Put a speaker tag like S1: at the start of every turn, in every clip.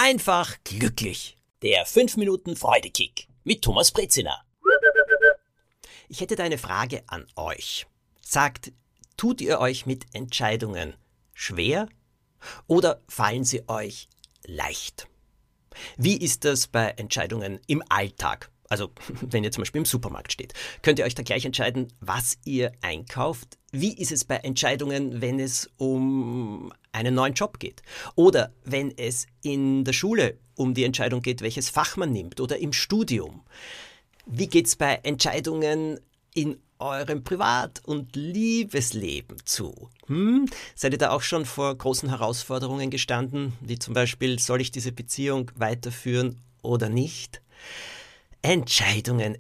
S1: einfach glücklich. Der 5 Minuten Freudekick mit Thomas Brezina. Ich hätte da eine Frage an euch. Sagt, tut ihr euch mit Entscheidungen schwer oder fallen sie euch leicht? Wie ist das bei Entscheidungen im Alltag? Also, wenn ihr zum Beispiel im Supermarkt steht, könnt ihr euch da gleich entscheiden, was ihr einkauft? Wie ist es bei Entscheidungen, wenn es um einen neuen Job geht? Oder wenn es in der Schule um die Entscheidung geht, welches Fach man nimmt oder im Studium? Wie geht's bei Entscheidungen in eurem Privat- und Liebesleben zu? Seid ihr da auch schon vor großen Herausforderungen gestanden, wie zum Beispiel, soll ich diese Beziehung weiterführen oder nicht? Entscheidungen.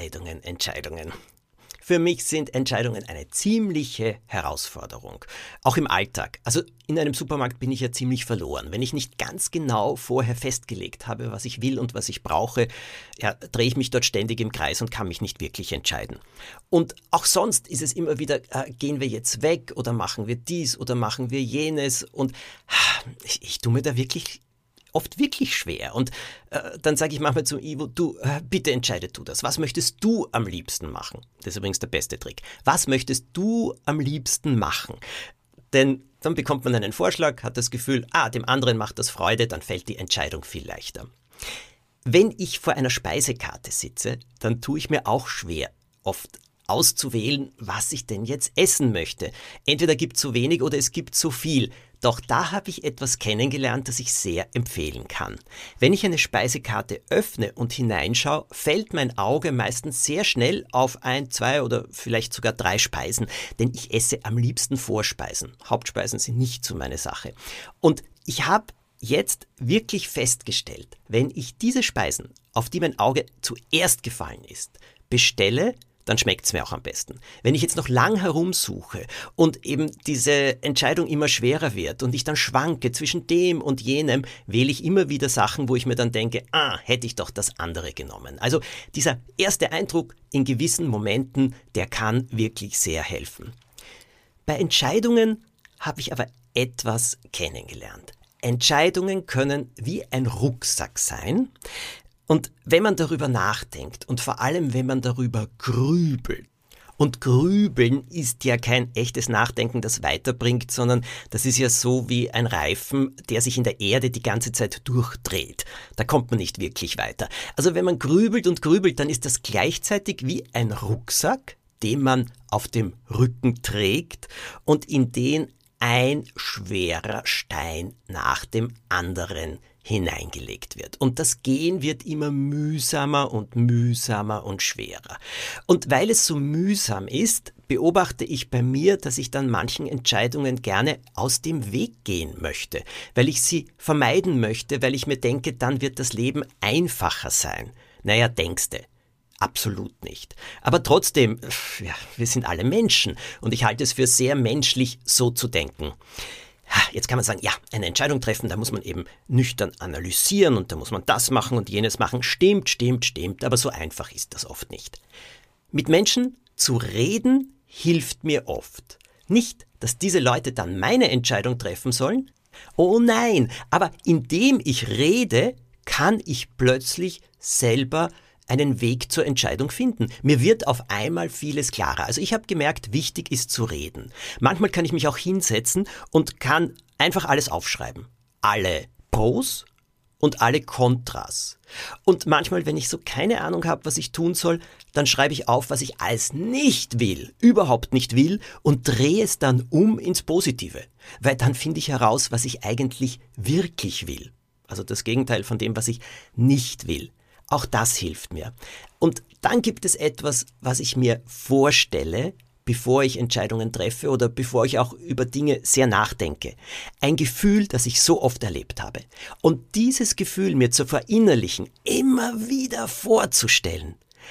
S1: Für mich sind Entscheidungen eine ziemliche Herausforderung. Auch im Alltag. Also in einem Supermarkt bin ich ja ziemlich verloren. Wenn ich nicht ganz genau vorher festgelegt habe, was ich will und was ich brauche, ja, drehe ich mich dort ständig im Kreis und kann mich nicht wirklich entscheiden. Und auch sonst ist es immer wieder, gehen wir jetzt weg oder machen wir dies oder machen wir jenes? Und ich tue mir da oft wirklich schwer. Und dann sage ich manchmal zu Ivo, du, bitte entscheide du das. Was möchtest du am liebsten machen? Das ist übrigens der beste Trick. Was möchtest du am liebsten machen? Denn dann bekommt man einen Vorschlag, hat das Gefühl, dem anderen macht das Freude, dann fällt die Entscheidung viel leichter. Wenn ich vor einer Speisekarte sitze, dann tue ich mir auch schwer, oft auszuwählen, was ich denn jetzt essen möchte. Entweder gibt es zu wenig oder es gibt zu viel. Doch da habe ich etwas kennengelernt, das ich sehr empfehlen kann. Wenn ich eine Speisekarte öffne und hineinschaue, fällt mein Auge meistens sehr schnell auf 1, 2 oder vielleicht sogar 3 Speisen, denn ich esse am liebsten Vorspeisen. Hauptspeisen sind nicht so meine Sache. Und ich habe jetzt wirklich festgestellt, wenn ich diese Speisen, auf die mein Auge zuerst gefallen ist, bestelle, dann schmeckt's mir auch am besten. Wenn ich jetzt noch lang herumsuche und eben diese Entscheidung immer schwerer wird und ich dann schwanke zwischen dem und jenem, wähle ich immer wieder Sachen, wo ich mir dann denke, hätte ich doch das andere genommen. Also dieser erste Eindruck in gewissen Momenten, der kann wirklich sehr helfen. Bei Entscheidungen habe ich aber etwas kennengelernt. Entscheidungen können wie ein Rucksack sein. Und wenn man darüber nachdenkt und vor allem, wenn man darüber grübelt, und Grübeln ist ja kein echtes Nachdenken, das weiterbringt, sondern das ist ja so wie ein Reifen, der sich in der Erde die ganze Zeit durchdreht. Da kommt man nicht wirklich weiter. Also wenn man grübelt und grübelt, dann ist das gleichzeitig wie ein Rucksack, den man auf dem Rücken trägt und in den ein schwerer Stein nach dem anderen hineingelegt wird. Und das Gehen wird immer mühsamer und schwerer. Und weil es so mühsam ist, beobachte ich bei mir, dass ich dann manchen Entscheidungen gerne aus dem Weg gehen möchte, weil ich sie vermeiden möchte, weil ich mir denke, dann wird das Leben einfacher sein. Naja, denkste. Absolut nicht. Aber trotzdem, wir sind alle Menschen und ich halte es für sehr menschlich, so zu denken. Jetzt kann man sagen, eine Entscheidung treffen, da muss man eben nüchtern analysieren und da muss man das machen und jenes machen. Stimmt, aber so einfach ist das oft nicht. Mit Menschen zu reden hilft mir oft. Nicht, dass diese Leute dann meine Entscheidung treffen sollen. Oh nein, aber indem ich rede, kann ich plötzlich selber einen Weg zur Entscheidung finden. Mir wird auf einmal vieles klarer. Also ich habe gemerkt, wichtig ist zu reden. Manchmal kann ich mich auch hinsetzen und kann einfach alles aufschreiben. Alle Pros und alle Kontras. Und manchmal, wenn ich so keine Ahnung habe, was ich tun soll, dann schreibe ich auf, was ich alles nicht will, überhaupt nicht will und drehe es dann um ins Positive. Weil dann finde ich heraus, was ich eigentlich wirklich will. Also das Gegenteil von dem, was ich nicht will. Auch das hilft mir. Und dann gibt es etwas, was ich mir vorstelle, bevor ich Entscheidungen treffe oder bevor ich auch über Dinge sehr nachdenke. Ein Gefühl, das ich so oft erlebt habe. Und dieses Gefühl mir zu verinnerlichen, immer wieder vorzustellen,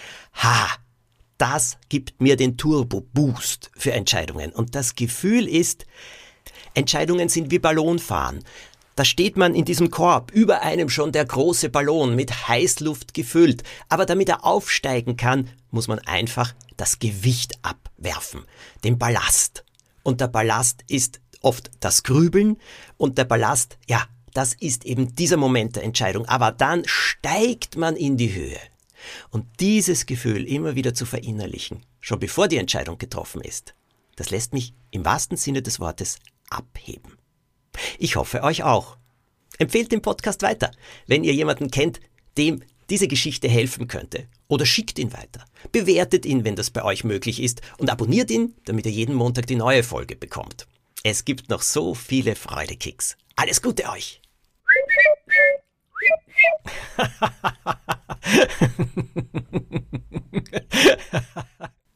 S1: das gibt mir den Turbo-Boost für Entscheidungen. Und das Gefühl ist, Entscheidungen sind wie Ballonfahren. Da steht man in diesem Korb, über einem schon der große Ballon mit Heißluft gefüllt. Aber damit er aufsteigen kann, muss man einfach das Gewicht abwerfen, den Ballast. Und der Ballast ist oft das Grübeln und der Ballast, das ist eben dieser Moment der Entscheidung. Aber dann steigt man in die Höhe. Und dieses Gefühl immer wieder zu verinnerlichen, schon bevor die Entscheidung getroffen ist, das lässt mich im wahrsten Sinne des Wortes abheben. Ich hoffe euch auch. Empfehlt den Podcast weiter, wenn ihr jemanden kennt, dem diese Geschichte helfen könnte. Oder schickt ihn weiter. Bewertet ihn, wenn das bei euch möglich ist. Und abonniert ihn, damit ihr jeden Montag die neue Folge bekommt. Es gibt noch so viele Freudekicks. Alles Gute euch!